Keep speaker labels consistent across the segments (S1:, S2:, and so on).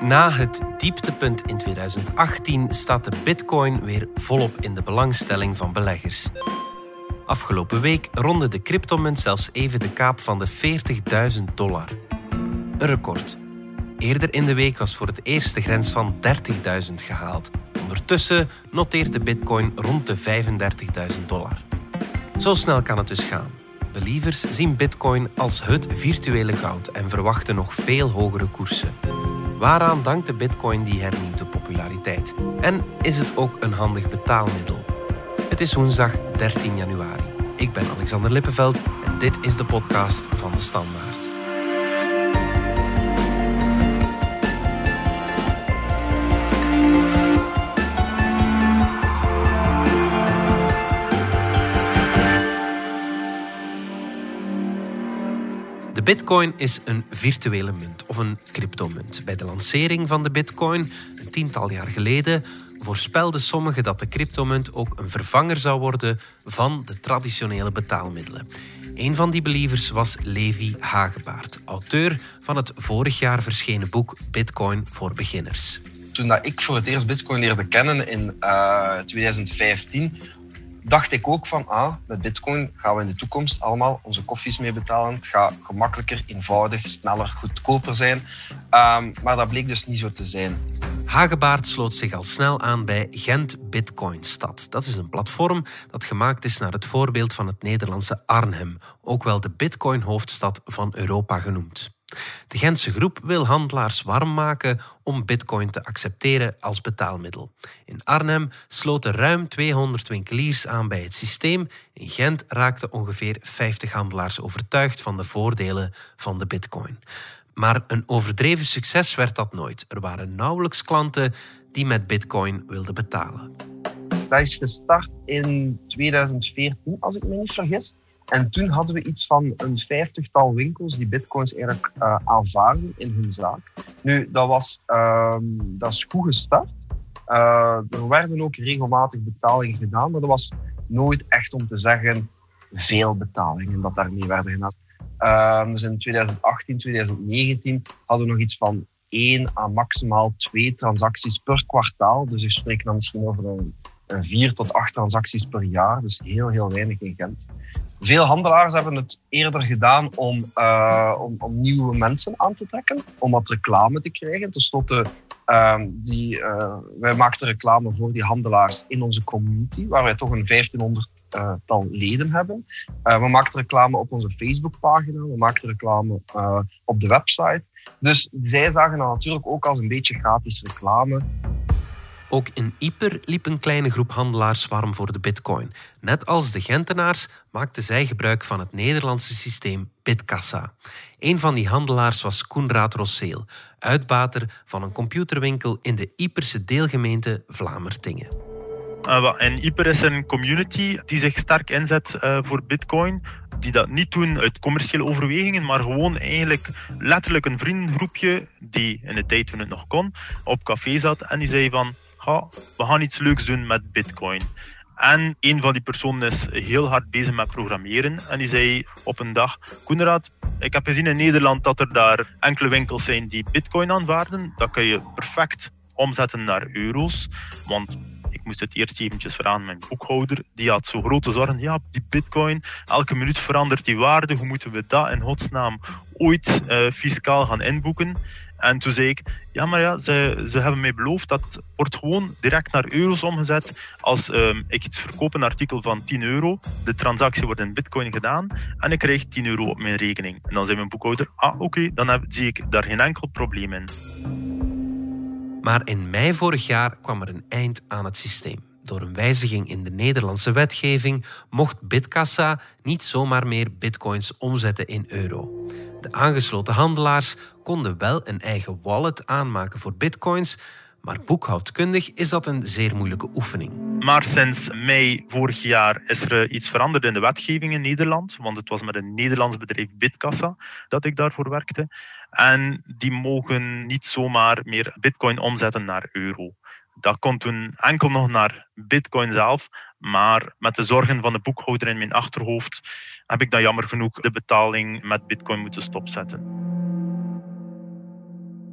S1: Na het dieptepunt in 2018 staat de bitcoin weer volop in de belangstelling van beleggers. Afgelopen week ronde de cryptomunt zelfs even de kaap van de $40.000. Een record. Eerder in de week was voor het eerst de grens van $30.000 gehaald. Ondertussen noteert de bitcoin rond de $35.000. Zo snel kan het dus gaan. Believers zien bitcoin als het virtuele goud en verwachten nog veel hogere koersen. Waaraan dankt de bitcoin die hernieuwde populariteit? En is het ook een handig betaalmiddel? Het is woensdag 13 januari. Ik ben Alexander Lippenveld en dit is de podcast van De Standaard. De bitcoin is een virtuele munt of een cryptomunt. Bij de lancering van de bitcoin, een tiental jaar geleden, voorspelden sommigen dat de cryptomunt ook een vervanger zou worden van de traditionele betaalmiddelen. Een van die believers was Levi Hagebaert, auteur van het vorig jaar verschenen boek Bitcoin voor beginners.
S2: Toen ik voor het eerst Bitcoin leerde kennen in 2015... dacht ik ook van, met Bitcoin gaan we in de toekomst allemaal onze koffies mee betalen. Het gaat gemakkelijker, eenvoudig, sneller, goedkoper zijn. Maar dat bleek dus niet zo te zijn.
S1: Hagebaert sloot zich al snel aan bij Gent Bitcoinstad. Dat is een platform dat gemaakt is naar het voorbeeld van het Nederlandse Arnhem, ook wel de Bitcoin-hoofdstad van Europa genoemd. De Gentse groep wil handelaars warm maken om bitcoin te accepteren als betaalmiddel. In Arnhem sloten ruim 200 winkeliers aan bij het systeem. In Gent raakten ongeveer 50 handelaars overtuigd van de voordelen van de bitcoin. Maar een overdreven succes werd dat nooit. Er waren nauwelijks klanten die met bitcoin wilden betalen.
S2: Dat is gestart in 2014, als ik me niet vergis. En toen hadden we iets van een 50-tal winkels die bitcoins eigenlijk aanvaarden in hun zaak. Nu, dat is goed gestart. Er werden ook regelmatig betalingen gedaan, maar dat was nooit echt om te zeggen veel betalingen dat daarmee werden gedaan. Dus in 2018, 2019 hadden we nog iets van 1 à maximaal 2 transacties per kwartaal. Dus ik spreek dan misschien over een 4 tot 8 transacties per jaar. Dus heel, heel weinig in Gent. Veel handelaars hebben het eerder gedaan om nieuwe mensen aan te trekken, om wat reclame te krijgen. Ten slotte, wij maakten reclame voor die handelaars in onze community, waar wij toch een 1500-tal leden hebben. We maakten reclame op onze Facebookpagina, we maakten reclame op de website. Dus zij zagen dat natuurlijk ook als een beetje gratis reclame.
S1: Ook in Ieper liep een kleine groep handelaars warm voor de bitcoin. Net als de Gentenaars maakten zij gebruik van het Nederlandse systeem Bitkassa. Een van die handelaars was Koenraad Rosseel, uitbater van een computerwinkel in de Ieperse deelgemeente Vlamertinge.
S3: In Ieper is er een community die zich sterk inzet voor bitcoin. Die dat niet doen uit commerciële overwegingen, maar gewoon eigenlijk letterlijk een vriendengroepje die in de tijd toen het nog kon, op café zat en die zei van we gaan iets leuks doen met bitcoin. En een van die personen is heel hard bezig met programmeren. En die zei op een dag, Koenraad, ik heb gezien in Nederland dat er daar enkele winkels zijn die bitcoin aanvaarden. Dat kan je perfect omzetten naar euro's. Want ik moest het eerst eventjes vragen aan mijn boekhouder. Die had zo grote zorgen. Ja, die bitcoin, elke minuut verandert die waarde. Hoe moeten we dat in godsnaam ooit fiscaal gaan inboeken? En toen zei ik, ze hebben mij beloofd dat het wordt gewoon direct naar euro's omgezet. Als ik iets verkoop, een artikel van €10, de transactie wordt in bitcoin gedaan en ik krijg €10 op mijn rekening. En dan zei mijn boekhouder, oké, dan zie ik daar geen enkel probleem in.
S1: Maar in mei vorig jaar kwam er een eind aan het systeem. Door een wijziging in de Nederlandse wetgeving mocht Bitkassa niet zomaar meer bitcoins omzetten in euro. De aangesloten handelaars konden wel een eigen wallet aanmaken voor bitcoins, maar boekhoudkundig is dat een zeer moeilijke oefening.
S3: Maar sinds mei vorig jaar is er iets veranderd in de wetgeving in Nederland, want het was met een Nederlands bedrijf Bitkassa dat ik daarvoor werkte. En die mogen niet zomaar meer bitcoin omzetten naar euro. Dat kon toen enkel nog naar bitcoin zelf, maar met de zorgen van de boekhouder in mijn achterhoofd heb ik dan jammer genoeg de betaling met bitcoin moeten stopzetten.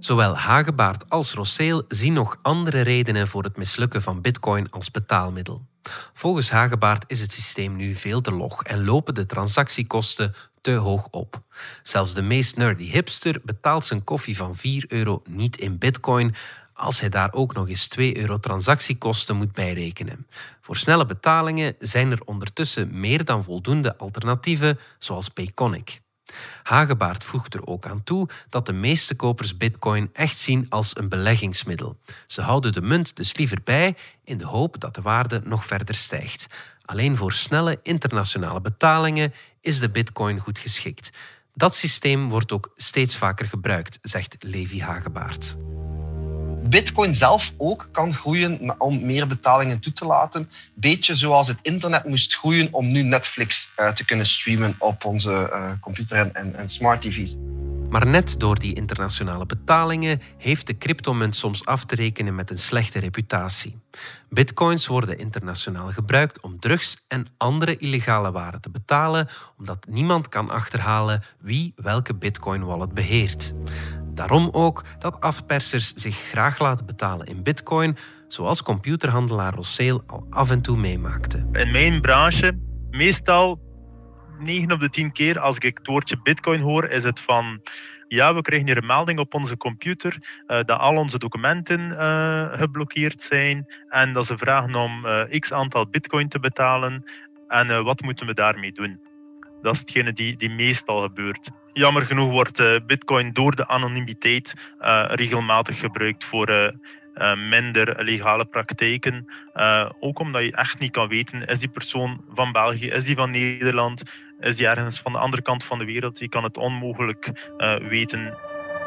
S1: Zowel Hagebaert als Rosseel zien nog andere redenen voor het mislukken van Bitcoin als betaalmiddel. Volgens Hagebaert is het systeem nu veel te log en lopen de transactiekosten te hoog op. Zelfs de meest nerdy hipster betaalt zijn koffie van €4 niet in Bitcoin, als hij daar ook nog eens €2 transactiekosten moet bijrekenen. Voor snelle betalingen zijn er ondertussen meer dan voldoende alternatieven, zoals Payconic. Hagebaert voegt er ook aan toe dat de meeste kopers Bitcoin echt zien als een beleggingsmiddel. Ze houden de munt dus liever bij in de hoop dat de waarde nog verder stijgt. Alleen voor snelle internationale betalingen is de Bitcoin goed geschikt. Dat systeem wordt ook steeds vaker gebruikt, zegt Levi Hagebaert.
S2: Bitcoin zelf ook kan groeien om meer betalingen toe te laten. Beetje zoals het internet moest groeien om nu Netflix te kunnen streamen op onze computer en smart tv's.
S1: Maar net door die internationale betalingen heeft de cryptomunt soms af te rekenen met een slechte reputatie. Bitcoins worden internationaal gebruikt om drugs en andere illegale waren te betalen, omdat niemand kan achterhalen wie welke Bitcoin-wallet beheert. Daarom ook dat afpersers zich graag laten betalen in Bitcoin, zoals computerhandelaar Rosseel al af en toe meemaakte.
S3: In mijn branche, meestal 9 op de 10 keer als ik het woordje Bitcoin hoor, is het van: ja, we krijgen hier een melding op onze computer dat al onze documenten geblokkeerd zijn en dat ze vragen om x aantal Bitcoin te betalen en wat moeten we daarmee doen. Dat is hetgene die meestal gebeurt. Jammer genoeg wordt Bitcoin door de anonimiteit regelmatig gebruikt voor minder legale praktijken. Ook omdat je echt niet kan weten, is die persoon van België, is die van Nederland, is die ergens van de andere kant van de wereld. Je kan het onmogelijk weten.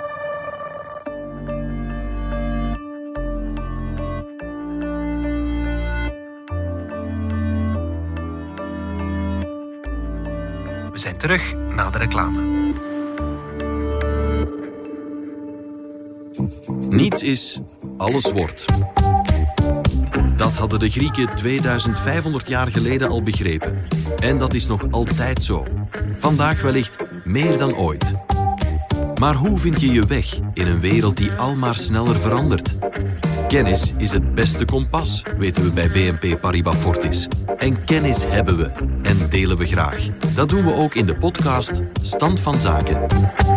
S1: We zijn terug na de reclame.
S4: Niets is, alles wordt. Dat hadden de Grieken 2500 jaar geleden al begrepen. En dat is nog altijd zo. Vandaag wellicht meer dan ooit. Maar hoe vind je je weg in een wereld die almaar sneller verandert? Kennis is het beste kompas, weten we bij BNP Paribas Fortis. En kennis hebben we en delen we graag. Dat doen we ook in de podcast Stand van Zaken.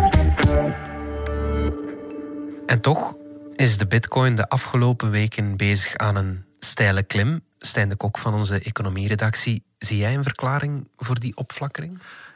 S1: En toch is de Bitcoin de afgelopen weken bezig aan een steile klim. Stijn de Kok van onze economieredactie. Zie jij een verklaring voor die opflakkering?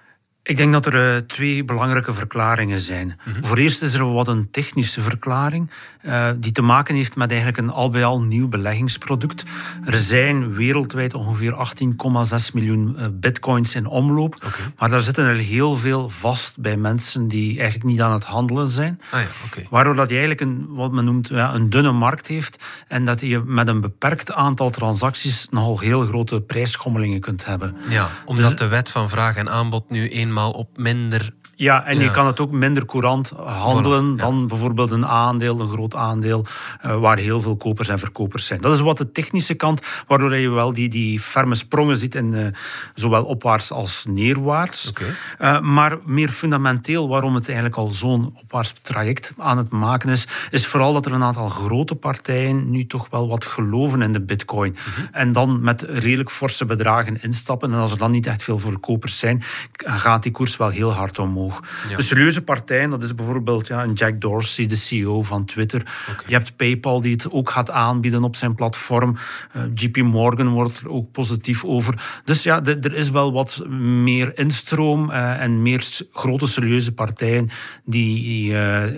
S5: Ik denk dat er 2 belangrijke verklaringen zijn. Voor eerst is er wat een technische verklaring die te maken heeft met eigenlijk een al bij al nieuw beleggingsproduct. Er zijn wereldwijd ongeveer 18,6 miljoen bitcoins in omloop.
S1: Okay.
S5: Maar daar zitten er heel veel vast bij mensen die eigenlijk niet aan het handelen zijn. Waardoor dat je eigenlijk wat men noemt een dunne markt heeft en dat je met een beperkt aantal transacties nogal heel grote prijsschommelingen kunt hebben.
S1: Ja, omdat de wet van vraag en aanbod nu eenmaal op minder...
S5: Ja, en je kan het ook minder courant handelen dan bijvoorbeeld een aandeel, een groot aandeel, waar heel veel kopers en verkopers zijn. Dat is wat de technische kant, waardoor je wel die ferme sprongen ziet in zowel opwaarts als neerwaarts. Maar meer fundamenteel waarom het eigenlijk al zo'n opwaarts traject aan het maken is vooral dat er een aantal grote partijen nu toch wel wat geloven in de bitcoin. En dan met redelijk forse bedragen instappen. En als er dan niet echt veel verkopers zijn, gaat die koers wel heel hard omhoog. Ja. De serieuze partijen, dat is bijvoorbeeld een Jack Dorsey, de CEO van Twitter. Je hebt PayPal die het ook gaat aanbieden op zijn platform. JP Morgan wordt er ook positief over. Dus ja, er is wel wat meer instroom en meer grote serieuze partijen die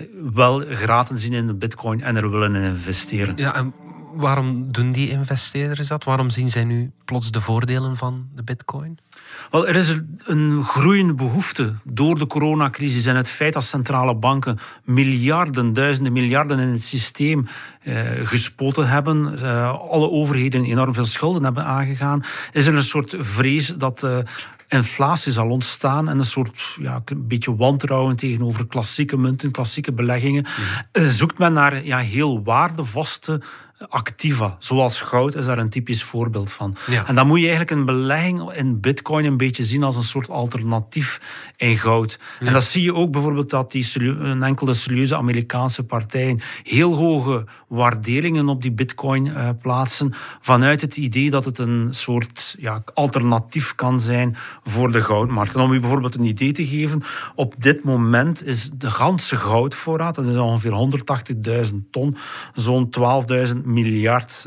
S5: wel graten zien in de bitcoin en er willen in investeren.
S1: Ja, en waarom doen die investeerders dat? Waarom zien zij nu plots de voordelen van de bitcoin?
S5: Wel, er is een groeiende behoefte door de coronacrisis en het feit dat centrale banken duizenden miljarden in het systeem gespoten hebben, alle overheden enorm veel schulden hebben aangegaan, is er een soort vrees dat inflatie zal ontstaan en een soort een beetje wantrouwen tegenover klassieke munten, klassieke beleggingen. Zoekt men naar heel waardevaste activa, zoals goud, is daar een typisch voorbeeld van.
S1: Ja.
S5: En dan moet je eigenlijk een belegging in bitcoin een beetje zien als een soort alternatief in goud.
S1: Ja.
S5: En dat zie je ook bijvoorbeeld dat een enkele serieuze Amerikaanse partijen heel hoge waarderingen op die bitcoin plaatsen, vanuit het idee dat het een soort alternatief kan zijn voor de goudmarkt. En om u bijvoorbeeld een idee te geven, op dit moment is de ganse goudvoorraad, dat is ongeveer 180.000 ton, zo'n 12.000 miljard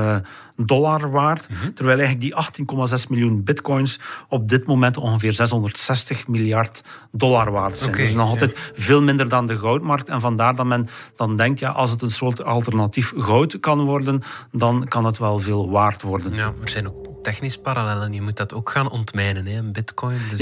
S5: dollar waard. Terwijl eigenlijk die 18,6 miljoen bitcoins op dit moment ongeveer 660 miljard dollar waard zijn. Dus nog altijd veel minder dan de goudmarkt. En vandaar dat men dan denkt, als het een soort alternatief goud kan worden, dan kan het wel veel waard worden.
S1: Ja, er zijn ook technisch parallellen. Je moet dat ook gaan ontmijnen, een bitcoin. Dus,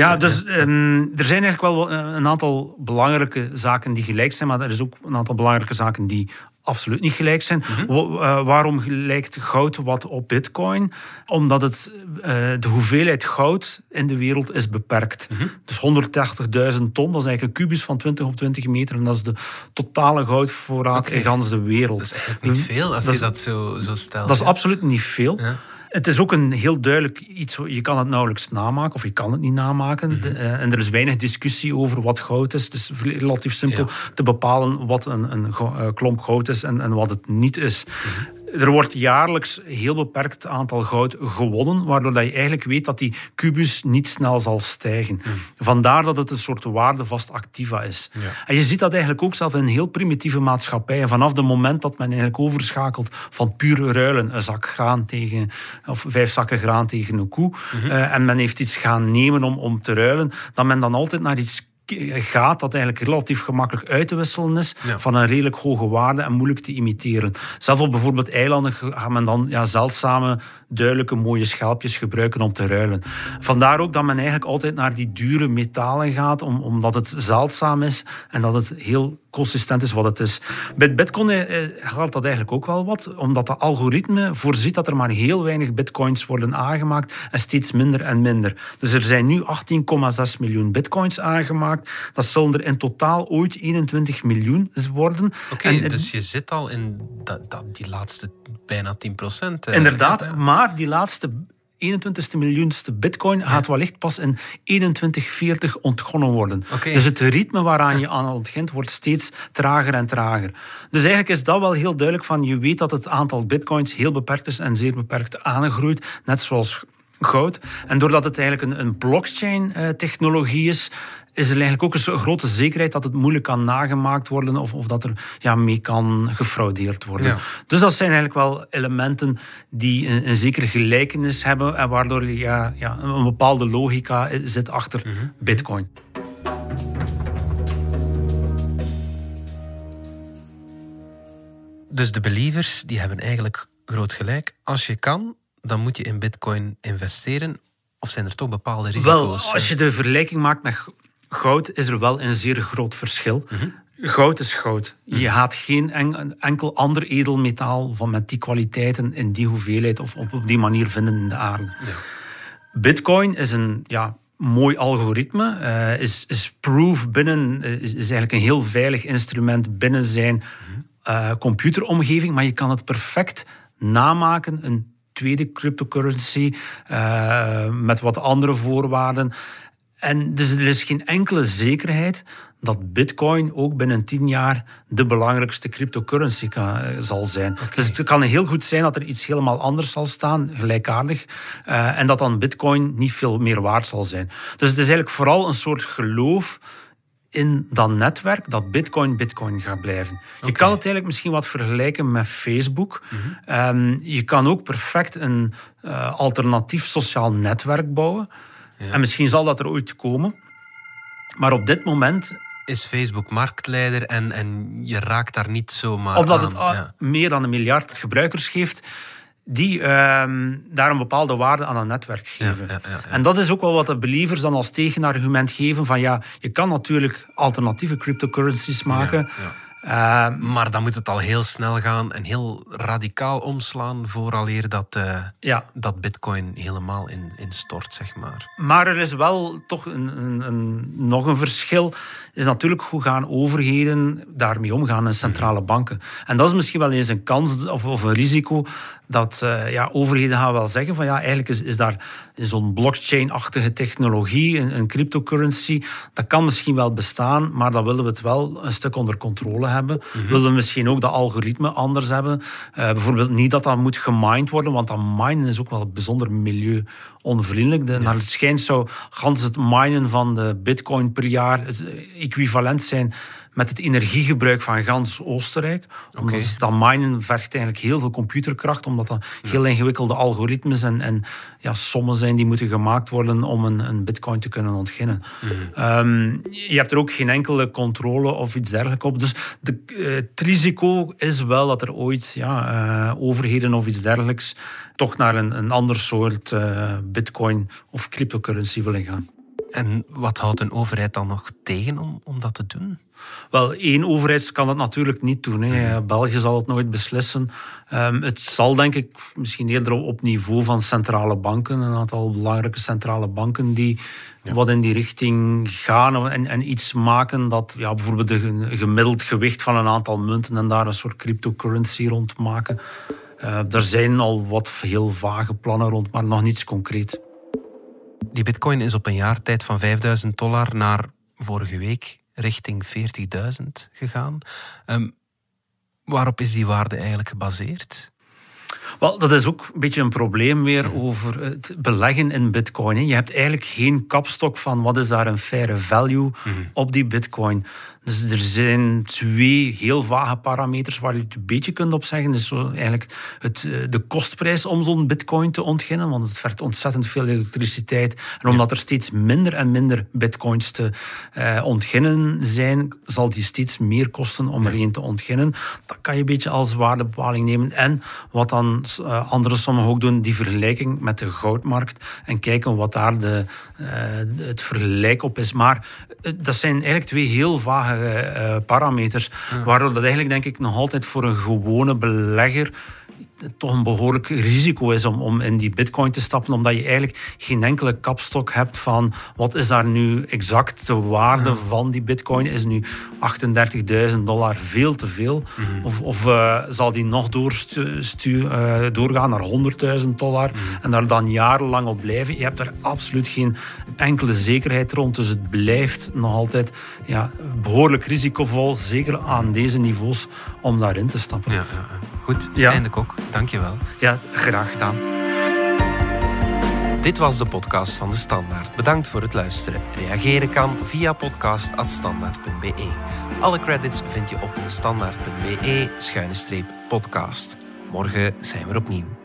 S5: er zijn eigenlijk wel een aantal belangrijke zaken die gelijk zijn, maar er is ook een aantal belangrijke zaken die absoluut niet gelijk zijn. Waarom lijkt goud wat op bitcoin? Omdat de hoeveelheid goud in de wereld is beperkt. Dus 180.000 ton, dat is eigenlijk een kubus van 20 op 20 meter. En dat is de totale goudvoorraad in gans de wereld.
S1: Dat is eigenlijk niet veel als je dat zo stelt.
S5: Dat is absoluut niet veel.
S1: Ja.
S5: Het is ook een heel duidelijk iets, je kan het nauwelijks namaken of je kan het niet namaken. En er is weinig discussie over wat goud is. Het is relatief simpel te bepalen wat een klomp goud is en wat het niet is. Er wordt jaarlijks een heel beperkt aantal goud gewonnen, waardoor dat je eigenlijk weet dat die kubus niet snel zal stijgen. Vandaar dat het een soort waardevast activa is. Ja. En je ziet dat eigenlijk ook zelf in heel primitieve maatschappijen. Vanaf het moment dat men eigenlijk overschakelt van puur ruilen, een zak graan tegen, of 5 zakken graan tegen een koe, en men heeft iets gaan nemen om te ruilen, dat men dan altijd naar iets gaat dat eigenlijk relatief gemakkelijk uit te wisselen is, van een redelijk hoge waarde en moeilijk te imiteren. Zelfs op bijvoorbeeld eilanden gaat men dan zeldzame, duidelijke, mooie schelpjes gebruiken om te ruilen. Vandaar ook dat men eigenlijk altijd naar die dure metalen gaat, omdat het zeldzaam is en dat het heel consistent is wat het is. Bij bitcoin geldt dat eigenlijk ook wel wat, omdat dat algoritme voorziet dat er maar heel weinig bitcoins worden aangemaakt en steeds minder en minder. Dus er zijn nu 18,6 miljoen bitcoins aangemaakt. Dat zullen er in totaal ooit 21 miljoen worden.
S1: Dus je zit al in die laatste bijna 10%.
S5: Inderdaad, maar die laatste 21ste miljoenste bitcoin gaat wellicht pas in 2140 ontgonnen worden. Dus het ritme waaraan je aan ontgint wordt steeds trager en trager. Dus eigenlijk is dat wel heel duidelijk van, je weet dat het aantal bitcoins heel beperkt is en zeer beperkt aangegroeid, net zoals goud. En doordat het eigenlijk een blockchain-technologie is er eigenlijk ook een grote zekerheid dat het moeilijk kan nagemaakt worden of dat er mee kan gefraudeerd worden. Ja. Dus dat zijn eigenlijk wel elementen die een zekere gelijkenis hebben en waardoor een bepaalde logica zit achter bitcoin.
S1: Dus de believers die hebben eigenlijk groot gelijk. Als je kan, dan moet je in bitcoin investeren. Of zijn er toch bepaalde risico's?
S5: Wel, als je de vergelijking maakt met goud, is er wel een zeer groot verschil. Goud is goud. Je gaat geen enkel ander edelmetaal met die kwaliteiten in die hoeveelheid of op die manier vinden in de aarde. Ja. Bitcoin is een mooi algoritme, is proof is eigenlijk een heel veilig instrument binnen zijn computeromgeving, maar je kan het perfect namaken, een tweede cryptocurrency met wat andere voorwaarden. En dus er is geen enkele zekerheid dat bitcoin ook binnen 10 jaar de belangrijkste cryptocurrency zal zijn. Dus het kan heel goed zijn dat er iets helemaal anders zal staan, gelijkaardig, en dat dan bitcoin niet veel meer waard zal zijn. Dus het is eigenlijk vooral een soort geloof in dat netwerk dat bitcoin gaat blijven. Je kan het eigenlijk misschien wat vergelijken met Facebook. Je kan ook perfect een alternatief sociaal netwerk bouwen. Ja. En misschien zal dat er ooit komen. Maar op dit moment
S1: is Facebook marktleider en je raakt daar niet zomaar
S5: omdat
S1: aan.
S5: Het meer dan 1 miljard gebruikers heeft die daar een bepaalde waarde aan een netwerk geven. Ja. En dat is ook wel wat de believers dan als tegenargument geven van je kan natuurlijk alternatieve cryptocurrencies maken.
S1: Maar dan moet het al heel snel gaan en heel radicaal omslaan vooraleer dat bitcoin helemaal instort, zeg maar.
S5: Maar er is wel toch nog een verschil. Is natuurlijk hoe gaan overheden daarmee omgaan en centrale banken. En dat is misschien wel eens een kans of een risico dat overheden gaan wel zeggen van eigenlijk is daar zo'n blockchain-achtige technologie, een cryptocurrency, dat kan misschien wel bestaan, maar dan willen we het wel een stuk onder controle hebben. Willen we misschien ook dat algoritme anders hebben. Bijvoorbeeld niet dat moet gemined worden, want dat minen is ook wel bijzonder milieu-onvriendelijk. Naar het schijnt zou gans het minen van de bitcoin per jaar het equivalent zijn met het energiegebruik van gans Oostenrijk. Omdat dat minen vergt eigenlijk heel veel computerkracht, omdat dat heel ingewikkelde algoritmes en sommen zijn die moeten gemaakt worden om een bitcoin te kunnen ontginnen. Je hebt er ook geen enkele controle of iets dergelijks op. Dus het risico is wel dat er ooit overheden of iets dergelijks toch naar een ander soort bitcoin of cryptocurrency willen gaan.
S1: En wat houdt een overheid dan nog tegen om dat te doen?
S5: Wel, één overheid kan dat natuurlijk niet doen. België zal het nooit beslissen. Het zal denk ik misschien eerder op niveau van centrale banken, een aantal belangrijke centrale banken die wat in die richting gaan en iets maken dat bijvoorbeeld een gemiddeld gewicht van een aantal munten en daar een soort cryptocurrency rond maken. Er zijn al wat heel vage plannen rond, maar nog niets concreet.
S1: Die bitcoin is op een jaar tijd van $5.000 naar vorige week richting 40.000 gegaan. Waarop is die waarde eigenlijk gebaseerd?
S5: Wel, dat is ook een beetje een probleem weer over het beleggen in bitcoin. Je hebt eigenlijk geen kapstok van wat is daar een faire value op die bitcoin. Dus er zijn twee heel vage parameters waar je het een beetje kunt op zeggen. Dus eigenlijk de kostprijs om zo'n bitcoin te ontginnen, want het vergt ontzettend veel elektriciteit. En omdat er steeds minder en minder bitcoins te ontginnen zijn, zal die steeds meer kosten om er één te ontginnen. Dat kan je een beetje als waardebepaling nemen. En wat dan andere sommigen ook doen, die vergelijking met de goudmarkt en kijken wat daar het vergelijk op is. Maar dat zijn eigenlijk twee heel vage parameters, waardoor dat eigenlijk denk ik nog altijd voor een gewone belegger toch een behoorlijk risico is om in die bitcoin te stappen, omdat je eigenlijk geen enkele kapstok hebt van wat is daar nu exact de waarde van die bitcoin. Is nu $38.000 veel te veel? Of zal die nog doorgaan naar $100.000 en daar dan jarenlang op blijven? Je hebt daar absoluut geen enkele zekerheid rond, dus het blijft nog altijd behoorlijk risicovol, zeker aan deze niveaus, om daarin te stappen.
S1: Goed, Stijn de Kok, dankjewel.
S5: Ja, graag gedaan.
S1: Dit was de podcast van De Standaard. Bedankt voor het luisteren. Reageren kan via podcast@standaard.be. Alle credits vind je op standaard.be/podcast. Morgen zijn we opnieuw.